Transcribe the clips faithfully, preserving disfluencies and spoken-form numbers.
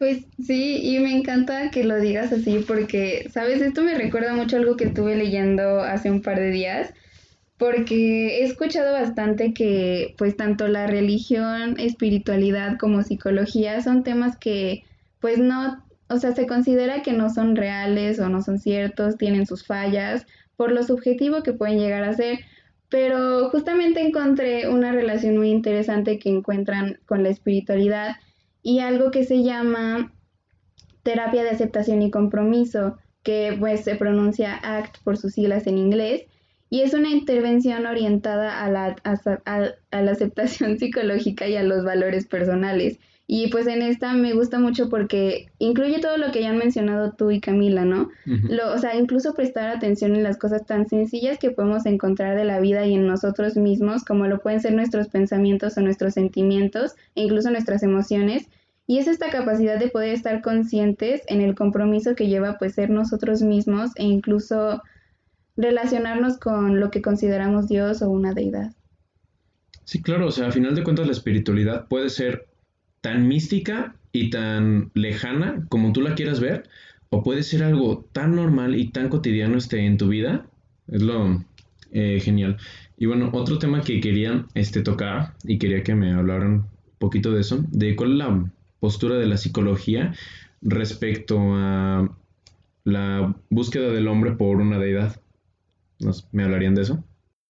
Pues sí, y me encanta que lo digas así porque, ¿sabes? Esto me recuerda mucho a algo que estuve leyendo hace un par de días, porque he escuchado bastante que pues tanto la religión, espiritualidad como psicología son temas que pues no, o sea, se considera que no son reales o no son ciertos, tienen sus fallas por lo subjetivo que pueden llegar a ser, pero justamente encontré una relación muy interesante que encuentran con la espiritualidad y algo que se llama terapia de aceptación y compromiso, que pues se pronuncia A C T por sus siglas en inglés, y es una intervención orientada a la, a, a, a la aceptación psicológica y a los valores personales. Y pues en esta me gusta mucho porque incluye todo lo que ya han mencionado tú y Camila, ¿no? Ujú. Lo, o sea, incluso prestar atención en las cosas tan sencillas que podemos encontrar de la vida y en nosotros mismos, como lo pueden ser nuestros pensamientos o nuestros sentimientos, e incluso nuestras emociones, y es esta capacidad de poder estar conscientes en el compromiso que lleva pues ser nosotros mismos e incluso relacionarnos con lo que consideramos Dios o una deidad. Sí, claro, o sea, a final de cuentas la espiritualidad puede ser tan mística y tan lejana como tú la quieras ver, o puede ser algo tan normal y tan cotidiano este, en tu vida. Es lo eh, genial. Y bueno, otro tema que quería este, tocar y quería que me hablaran un poquito de eso, de cuál es la postura de la psicología respecto a la búsqueda del hombre por una deidad. ¿Nos, ¿Me hablarían de eso?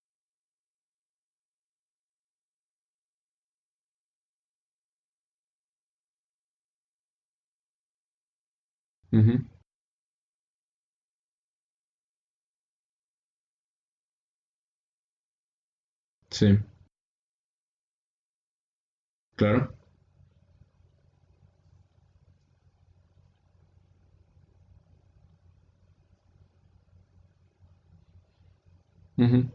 Ujú. Sí, claro. Ujú.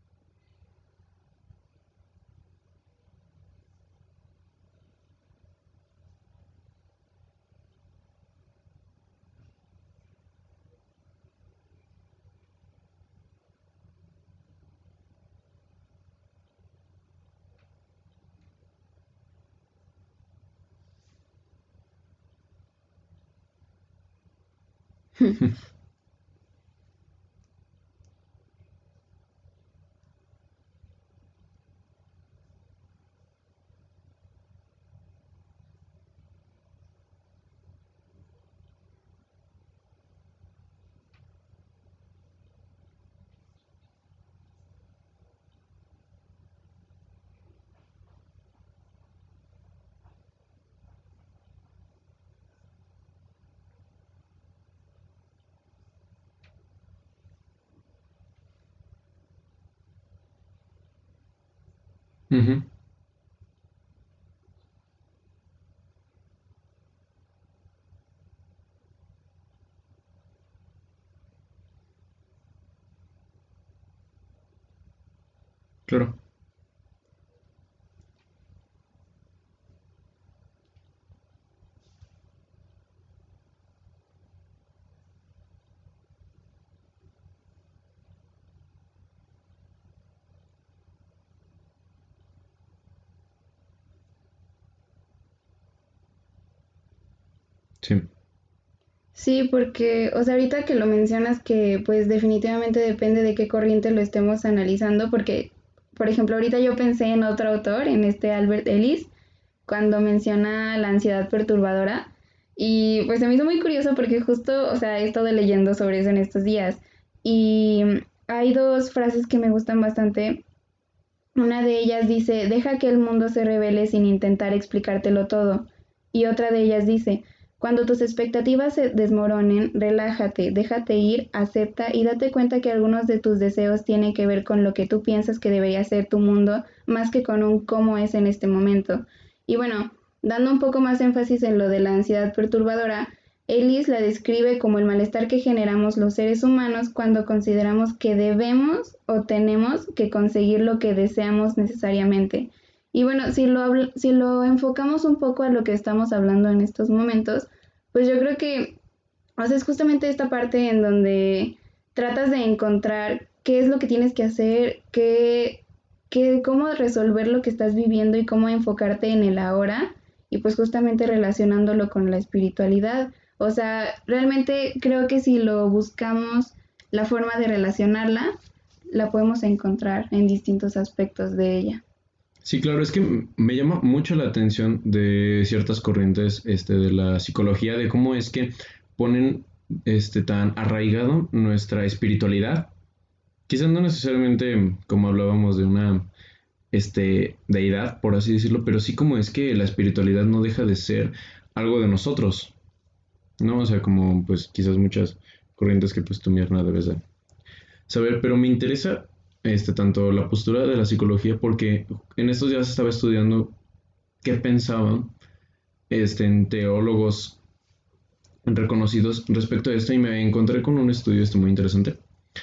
Ujú. Claro. Sí. Sí, porque, o sea, ahorita que lo mencionas que pues definitivamente depende de qué corriente lo estemos analizando, porque, por ejemplo, ahorita yo pensé en otro autor, en este Albert Ellis, cuando menciona la ansiedad perturbadora, y pues se me hizo muy curioso porque justo, o sea, he estado leyendo sobre eso en estos días, y hay dos frases que me gustan bastante. Una de ellas dice, deja que el mundo se revele sin intentar explicártelo todo. Y otra de ellas dice, cuando tus expectativas se desmoronen, relájate, déjate ir, acepta y date cuenta que algunos de tus deseos tienen que ver con lo que tú piensas que debería ser tu mundo, más que con un cómo es en este momento. Y bueno, dando un poco más énfasis en lo de la ansiedad perturbadora, Ellis la describe como el malestar que generamos los seres humanos cuando consideramos que debemos o tenemos que conseguir lo que deseamos necesariamente. Y bueno, si lo, habl- si lo enfocamos un poco a lo que estamos hablando en estos momentos, pues yo creo que, o sea, es justamente esta parte en donde tratas de encontrar qué es lo que tienes que hacer, qué, qué, cómo resolver lo que estás viviendo y cómo enfocarte en el ahora y pues justamente relacionándolo con la espiritualidad. O sea, realmente creo que si lo buscamos, la forma de relacionarla, la podemos encontrar en distintos aspectos de ella. Sí, claro, es que m- me llama mucho la atención de ciertas corrientes este, de la psicología, de cómo es que ponen este, tan arraigado nuestra espiritualidad. Quizás no necesariamente como hablábamos de una este, deidad, por así decirlo, pero sí como es que la espiritualidad no deja de ser algo de nosotros, ¿no? O sea, como pues quizás muchas corrientes que pues tú misma debes de saber, pero me interesa este, tanto la postura de la psicología porque en estos días estaba estudiando qué pensaban este, en teólogos reconocidos respecto a esto y me encontré con un estudio este, muy interesante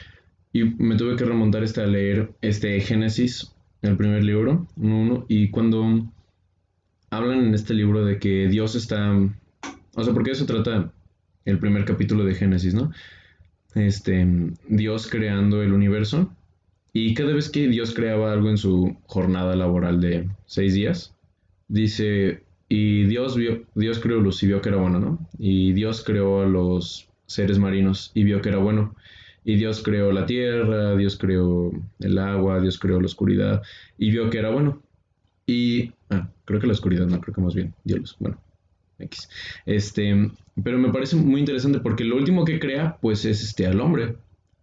y me tuve que remontar este, a leer este Génesis, el primer libro, uno, y cuando hablan en este libro de que Dios está, o sea, porque eso trata el primer capítulo de Génesis, ¿no? Este, Dios creando el universo. Y cada vez que Dios creaba algo en su jornada laboral de seis días, dice, y Dios vio, Dios creó luz y vio que era bueno, ¿no? Y Dios creó a los seres marinos y vio que era bueno. Y Dios creó la tierra, Dios creó el agua, Dios creó la oscuridad y vio que era bueno. Y, ah, creo que la oscuridad, no, creo que más bien, Dios, bueno, X. Este, pero me parece muy interesante porque lo último que crea, pues es este, al hombre.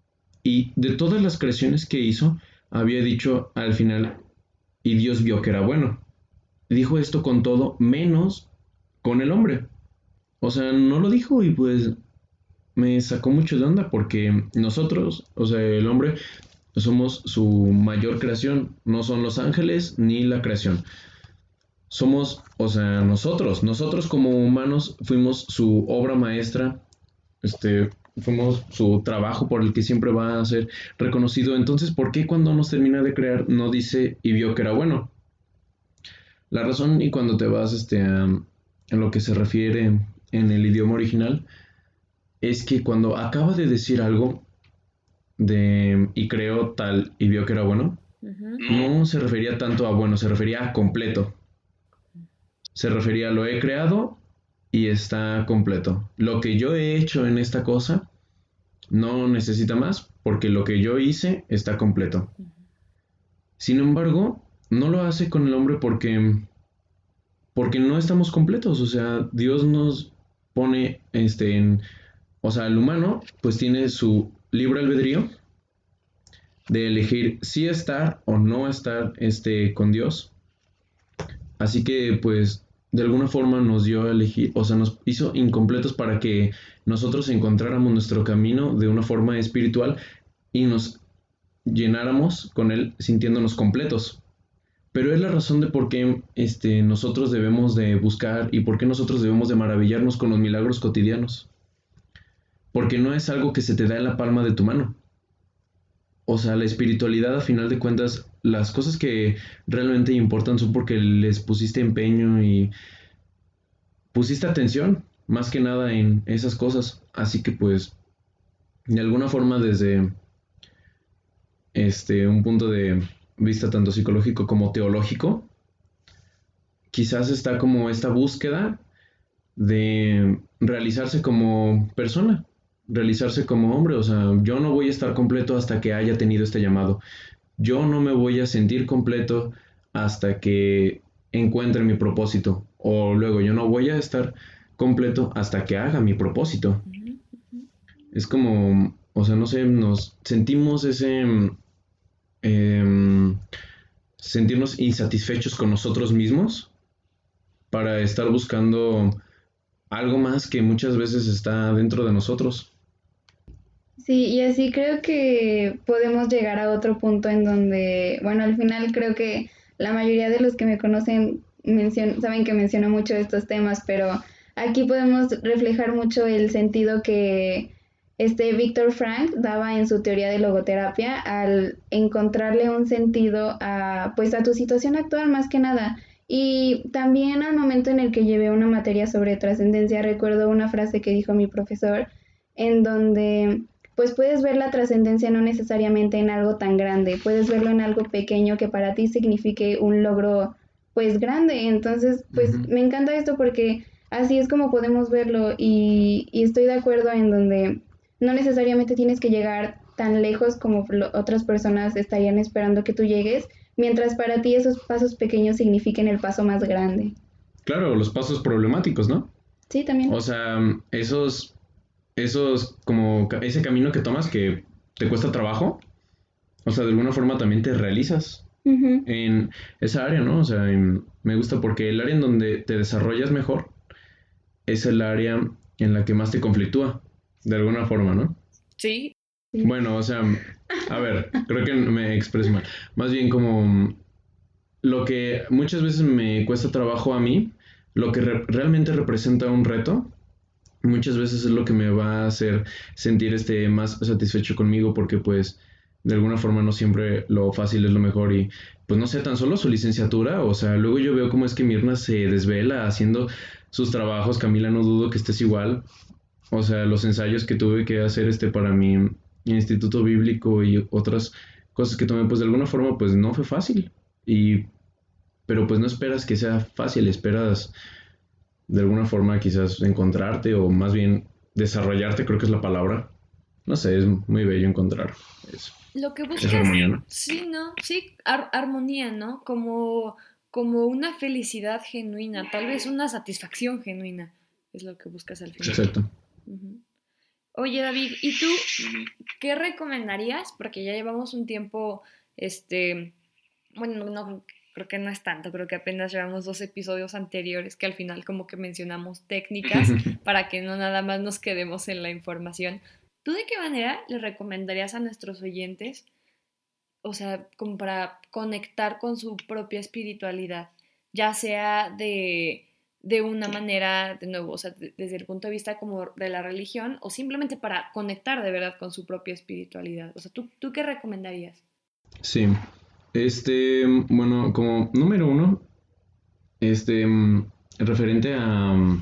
Y de todas las creaciones que hizo, había dicho al final, y Dios vio que era bueno. Dijo esto con todo, menos con el hombre. O sea, no lo dijo y pues me sacó mucho de onda porque nosotros, o sea, el hombre, somos su mayor creación, no son los ángeles ni la creación. Somos, o sea, nosotros, nosotros como humanos fuimos su obra maestra, este, fuimos su trabajo por el que siempre va a ser reconocido. Entonces, ¿por qué cuando nos termina de crear no dice y vio que era bueno? La razón, y cuando te vas este, a, a lo que se refiere en el idioma original, es que cuando acaba de decir algo de y creó tal y vio que era bueno, Ujú. no se refería tanto a bueno, se refería a completo. Se refería a lo he creado y está completo. Lo que yo he hecho en esta cosa no necesita más porque lo que yo hice está completo. Sin embargo, no lo hace con el hombre porque porque no estamos completos, o sea, Dios nos pone este en, o sea, el humano pues tiene su libre albedrío de elegir si estar o no estar este con Dios. Así que pues de alguna forma nos dio a elegir, o sea, nos hizo incompletos para que nosotros encontráramos nuestro camino de una forma espiritual y nos llenáramos con él sintiéndonos completos. Pero es la razón de por qué este, nosotros debemos de buscar y por qué nosotros debemos de maravillarnos con los milagros cotidianos. Porque no es algo que se te da en la palma de tu mano. O sea, la espiritualidad, a final de cuentas, las cosas que realmente importan son porque les pusiste empeño y pusiste atención, más que nada en esas cosas. Así que pues, de alguna forma, desde este, un punto de vista tanto psicológico como teológico, quizás está como esta búsqueda de realizarse como persona, realizarse como hombre. O sea, yo no voy a estar completo hasta que haya tenido este llamado. Yo no me voy a sentir completo hasta que encuentre mi propósito. O luego, yo no voy a estar completo hasta que haga mi propósito. Ujú, ujú. Es como, o sea, no sé, nos sentimos ese... em, sentirnos insatisfechos con nosotros mismos para estar buscando algo más que muchas veces está dentro de nosotros. Sí, y así creo que podemos llegar a otro punto en donde, bueno, al final creo que la mayoría de los que me conocen mencion- saben que menciono mucho estos temas, pero aquí podemos reflejar mucho el sentido que este Víctor Frank daba en su teoría de logoterapia al encontrarle un sentido a, pues, a tu situación actual más que nada. Y también al momento en el que llevé una materia sobre trascendencia, recuerdo una frase que dijo mi profesor en donde pues puedes ver la trascendencia no necesariamente en algo tan grande, puedes verlo en algo pequeño que para ti signifique un logro pues grande. Entonces, pues Ujú. me encanta esto porque así es como podemos verlo y, y estoy de acuerdo en donde no necesariamente tienes que llegar tan lejos como lo- otras personas estarían esperando que tú llegues, mientras para ti esos pasos pequeños signifiquen el paso más grande. Claro, los pasos problemáticos, ¿no? Sí, O también. sea, esos, esos, como ca- ese camino que tomas que te cuesta trabajo, o sea, de alguna forma también te realizas Ujú. en esa área, ¿no? O sea, en- me gusta porque el área en donde te desarrollas mejor es el área en la que más te conflictúa, de alguna forma, ¿no? Sí. Sí. Bueno, o sea, a ver, creo que me expreso mal. Más bien como lo que muchas veces me cuesta trabajo a mí, lo que re- realmente representa un reto, muchas veces es lo que me va a hacer sentir este más satisfecho conmigo porque pues de alguna forma no siempre lo fácil es lo mejor y pues no sé, tan solo su licenciatura, o sea, luego yo veo cómo es que Mirna se desvela haciendo sus trabajos, Camila, no dudo que estés igual, o sea, los ensayos que tuve que hacer este para mi instituto bíblico y otras cosas que tomé, pues de alguna forma pues no fue fácil y pero pues no esperas que sea fácil, esperas de alguna forma quizás encontrarte o más bien desarrollarte, creo que es la palabra. No sé, es muy bello encontrar eso. Lo que Esa buscas, armonía, ¿no? sí, ¿no? Sí, ar- armonía, ¿no? Como, como una felicidad genuina, tal vez una satisfacción genuina, es lo que buscas al final. Exacto. Ujú. Oye, David, ¿y tú qué recomendarías? Porque ya llevamos un tiempo, este, bueno, no, no, creo que no es tanto, creo que apenas llevamos dos episodios anteriores que al final como que mencionamos técnicas para que no nada más nos quedemos en la información. ¿Tú de qué manera le recomendarías a nuestros oyentes, o sea, como para conectar con su propia espiritualidad, ya sea de, de una manera, de nuevo, o sea, de- desde el punto de vista como de la religión, o simplemente para conectar de verdad con su propia espiritualidad? O sea, ¿tú, tú qué recomendarías? Sí. Este, bueno, como número uno, este, mm, referente a... mm,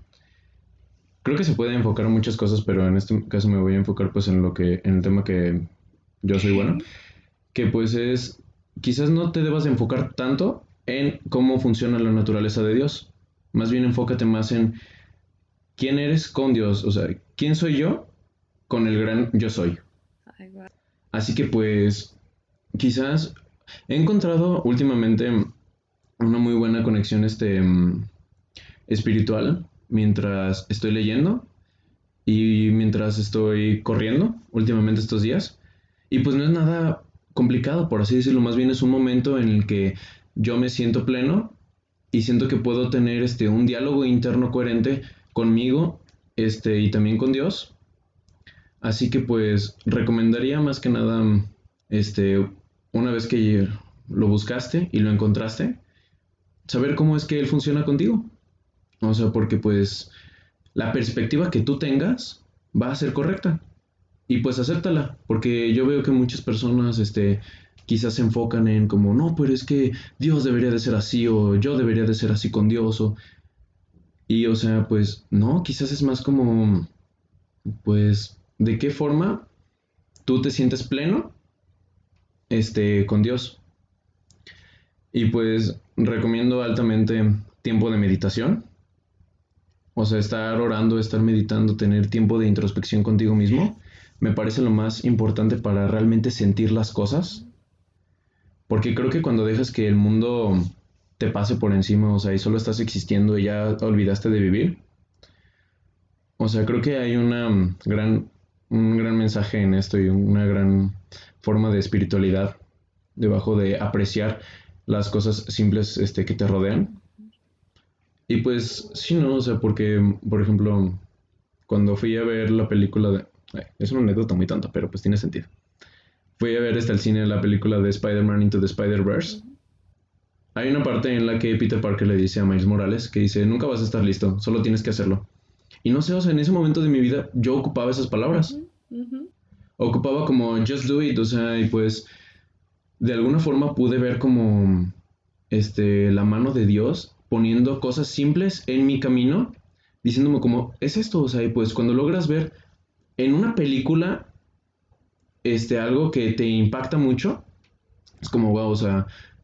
Creo que se puede enfocar en muchas cosas, pero en este caso me voy a enfocar pues en lo que, en el tema que yo soy bueno, que pues es, quizás no te debas de enfocar tanto en cómo funciona la naturaleza de Dios, más bien enfócate más en quién eres con Dios, o sea, quién soy yo con el gran yo soy. Ay, guau. Así que pues quizás he encontrado últimamente una muy buena conexión este mm, espiritual mientras estoy leyendo y mientras estoy corriendo últimamente estos días. Y pues no es nada complicado, por así decirlo, más bien es un momento en el que yo me siento pleno y siento que puedo tener este un diálogo interno coherente conmigo, este y también con Dios. Así que pues recomendaría más que nada este una vez que lo buscaste y lo encontraste, saber cómo es que él funciona contigo. O sea, porque pues la perspectiva que tú tengas va a ser correcta. Y pues acéptala, porque yo veo que muchas personas, este, quizás se enfocan en como, no, pero es que Dios debería de ser así, o yo debería de ser así con Dios, o... Y, o sea, pues, no, quizás es más como, pues, ¿de qué forma tú te sientes pleno, este, con Dios? Y pues, recomiendo altamente tiempo de meditación, o sea, estar orando, estar meditando, tener tiempo de introspección contigo mismo, me parece lo más importante para realmente sentir las cosas. Porque creo que cuando dejas que el mundo te pase por encima, o sea, y solo estás existiendo y ya olvidaste de vivir, o sea, creo que hay una mm, gran, un gran mensaje en esto y una gran forma de espiritualidad debajo de apreciar las cosas simples este, que te rodean. Y pues, sí, no, o sea, porque, por ejemplo, cuando fui a ver la película de... ay, es una anécdota muy tonta, pero pues tiene sentido. Fui a ver hasta el cine la película de Spider-Man Into the Spider-Verse. Ujú, Hay una parte en la que Peter Parker le dice a Miles Morales que dice, nunca vas a estar listo, solo tienes que hacerlo. Y no sé, o sea, en ese momento de mi vida yo ocupaba esas palabras. ujú, ujú. Ocupaba como just do it, o sea, y pues de alguna forma pude ver como este la mano de Dios poniendo cosas simples en mi camino, diciéndome como, es esto, o sea, y pues cuando logras ver en una película este algo que te impacta mucho, es como, wow, o sea,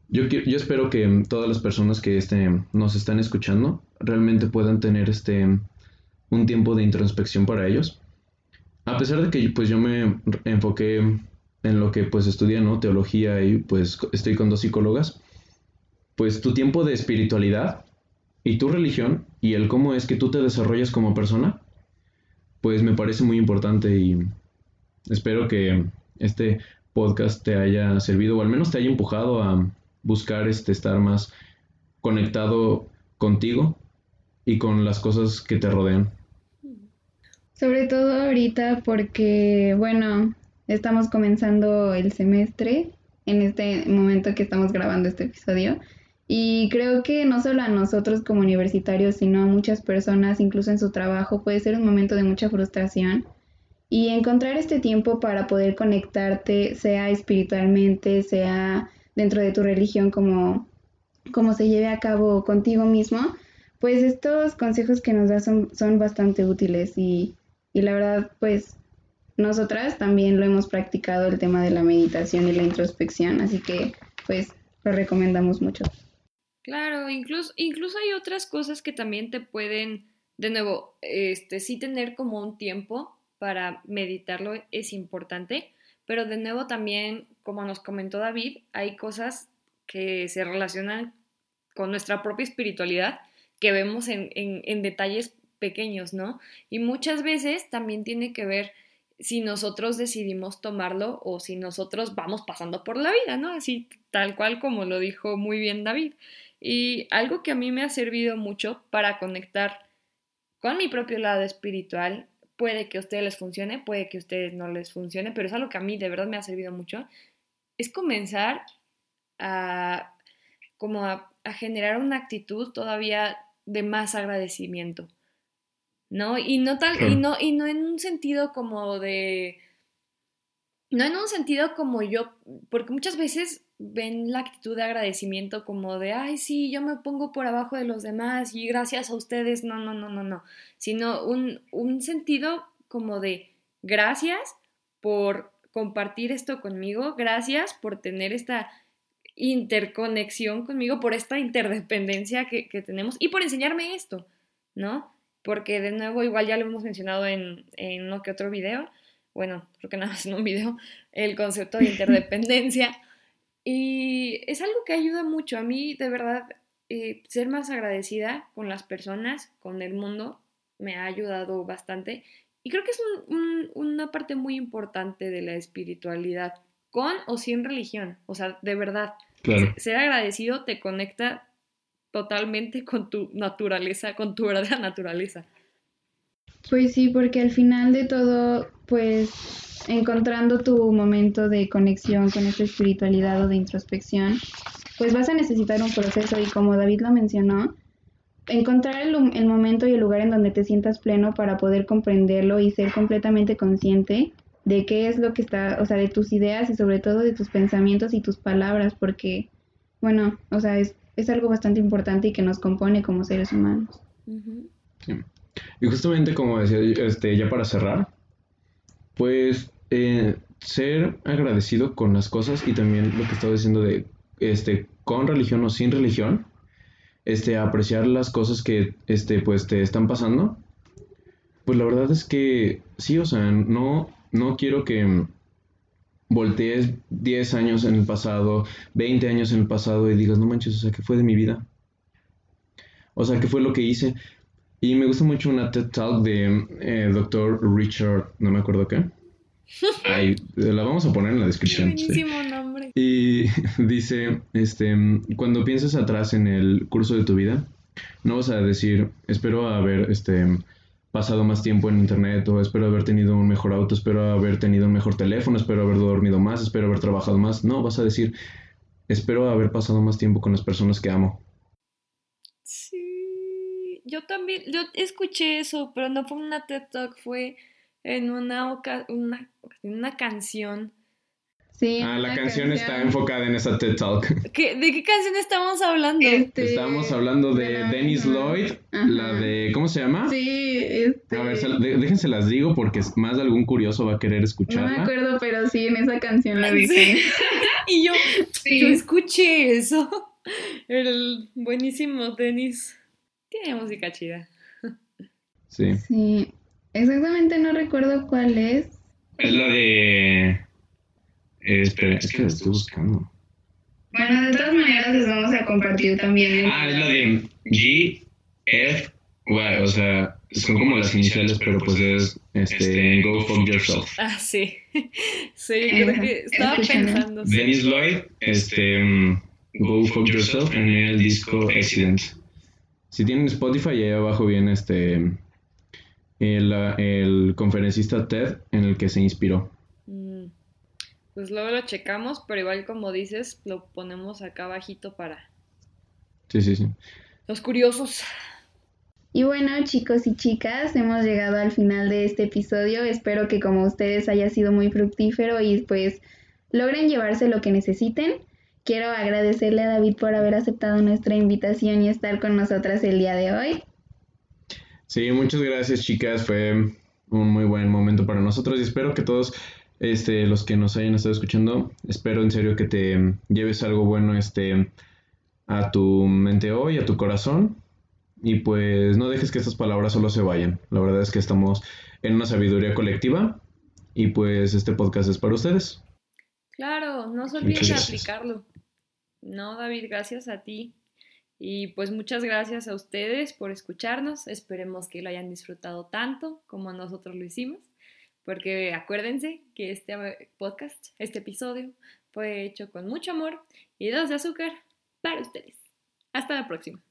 Yo, yo espero que todas las personas que este, nos están escuchando realmente puedan tener este, un tiempo de introspección para ellos. A pesar de que pues yo me enfoqué en lo que pues estudié, ¿no? Teología y pues estoy con dos psicólogas. Pues tu tiempo de espiritualidad y tu religión y el cómo es que tú te desarrollas como persona, pues me parece muy importante y espero que este podcast te haya servido o al menos te haya empujado a buscar este, estar más conectado contigo y con las cosas que te rodean. Sobre todo ahorita porque, bueno, estamos comenzando el semestre en este momento que estamos grabando este episodio y creo que no solo a nosotros como universitarios, sino a muchas personas, incluso en su trabajo, puede ser un momento de mucha frustración y encontrar este tiempo para poder conectarte, sea espiritualmente, sea dentro de tu religión, como, como se lleve a cabo contigo mismo, pues estos consejos que nos das son, son bastante útiles y, y la verdad, pues nosotras también lo hemos practicado el tema de la meditación y la introspección, así que pues lo recomendamos mucho. Claro, incluso, incluso hay otras cosas que también te pueden, de nuevo, este, sí tener como un tiempo para meditarlo es importante, pero de nuevo también, como nos comentó David, hay cosas que se relacionan con nuestra propia espiritualidad que vemos en, en, en detalles pequeños, ¿no? Y muchas veces también tiene que ver si nosotros decidimos tomarlo o si nosotros vamos pasando por la vida, ¿no? Así tal cual como lo dijo muy bien David. Y algo que a mí me ha servido mucho para conectar con mi propio lado espiritual, puede que a ustedes les funcione, puede que a ustedes no les funcione, pero es algo que a mí de verdad me ha servido mucho, es comenzar a, como a, a generar una actitud todavía de más agradecimiento, ¿no? Y no tal, Claro. y no, y no en un sentido como de, no en un sentido como yo, porque muchas veces ven la actitud de agradecimiento como de, ay, sí, yo me pongo por abajo de los demás y gracias a ustedes, no, no, no, no, no, sino un, un sentido como de gracias por compartir esto conmigo, gracias por tener esta interconexión conmigo, por esta interdependencia que, que tenemos y por enseñarme esto, ¿no? Porque de nuevo, igual ya lo hemos mencionado en, en uno que otro video, bueno, creo que nada más en un video, el concepto de interdependencia. Y es algo que ayuda mucho a mí, de verdad, eh, ser más agradecida con las personas, con el mundo, me ha ayudado bastante. Y creo que es un, un, una parte muy importante de la espiritualidad, con o sin religión, o sea, de verdad, Claro. ser agradecido te conecta totalmente con tu naturaleza, con tu verdadera naturaleza. Pues sí, porque al final de todo, pues encontrando tu momento de conexión con esta espiritualidad o de introspección, pues vas a necesitar un proceso y como David lo mencionó, encontrar el, el momento y el lugar en donde te sientas pleno para poder comprenderlo y ser completamente consciente de qué es lo que está, o sea, de tus ideas y sobre todo de tus pensamientos y tus palabras, porque, bueno, o sea, es, es algo bastante importante y que nos compone como seres humanos. Uh-huh. Sí. Y justamente como decía, este, ya para cerrar, pues eh, ser agradecido con las cosas y también lo que estaba diciendo de, este, con religión o sin religión, este, apreciar las cosas que, este, pues te están pasando. Pues la verdad es que sí, o sea, no, no quiero que voltees diez años en el pasado, veinte años en el pasado y digas, no manches, o sea, ¿qué fue de mi vida? O sea, ¿qué fue lo que hice? Y me gusta mucho una TED Talk de eh, doctor Richard, no me acuerdo qué. Ahí, la vamos a poner en la descripción. Buenísimo Sí. nombre. Y dice, este, cuando pienses atrás en el curso de tu vida, no vas a decir, espero haber, este, pasado más tiempo en internet o espero haber tenido un mejor auto, espero haber tenido un mejor teléfono, espero haber dormido más, espero haber trabajado más. No, vas a decir, espero haber pasado más tiempo con las personas que amo. Sí, yo también, yo escuché eso, pero no fue una TED Talk, fue en una, oca- una, una canción. Sí, Ah, la una canción está enfocada en esa TED Talk. ¿Qué, ¿De qué canción estamos hablando? Este, Estábamos hablando de, de la Dennis misma. Lloyd, Ajá. la de, ¿cómo se llama? Sí, este... A ver, se- de- déjense las digo porque más de algún curioso va a querer No escucharla. me acuerdo, pero sí, en esa canción la Sí. dije. Y yo, Sí. yo escuché eso. El buenísimo Dennis tiene música chida. Sí. Sí, exactamente no recuerdo cuál es. Es la de... eh, espera, es que la estoy buscando. Bueno, de todas maneras les vamos a compartir también. Ah, es la de G, F, Y, o sea, son como las iniciales, pero pues es este, Go Fuck Yourself. Ah, sí. Sí, creo que estaba Escúchala. pensando. sí. Dennis Lloyd, este, um, Go Fuck Yourself en el disco Accident. Si tienen Spotify, ahí abajo viene este el, el conferencista TED en el que se inspiró. Mm, Pues luego lo checamos, pero igual como dices, lo ponemos acá abajito para Sí, sí, sí. los curiosos. Y bueno, chicos y chicas, hemos llegado al final de este episodio. Espero que como ustedes haya sido muy fructífero y pues logren llevarse lo que necesiten. Quiero agradecerle a David por haber aceptado nuestra invitación y estar con nosotras el día de hoy. Sí, muchas gracias, chicas. Fue un muy buen momento para nosotros y espero que todos este, los que nos hayan estado escuchando, espero en serio que te lleves algo bueno este, a tu mente hoy, a tu corazón. Y pues no dejes que estas palabras solo se vayan. La verdad es que estamos en una sabiduría colectiva y pues este podcast es para ustedes. Claro, no se olviden Muchas de gracias. aplicarlo. No, David, gracias a ti. Y pues muchas gracias a ustedes por escucharnos. Esperemos que lo hayan disfrutado tanto como nosotros lo hicimos. Porque acuérdense que este podcast, este episodio, fue hecho con mucho amor y dos de azúcar para ustedes. Hasta la próxima.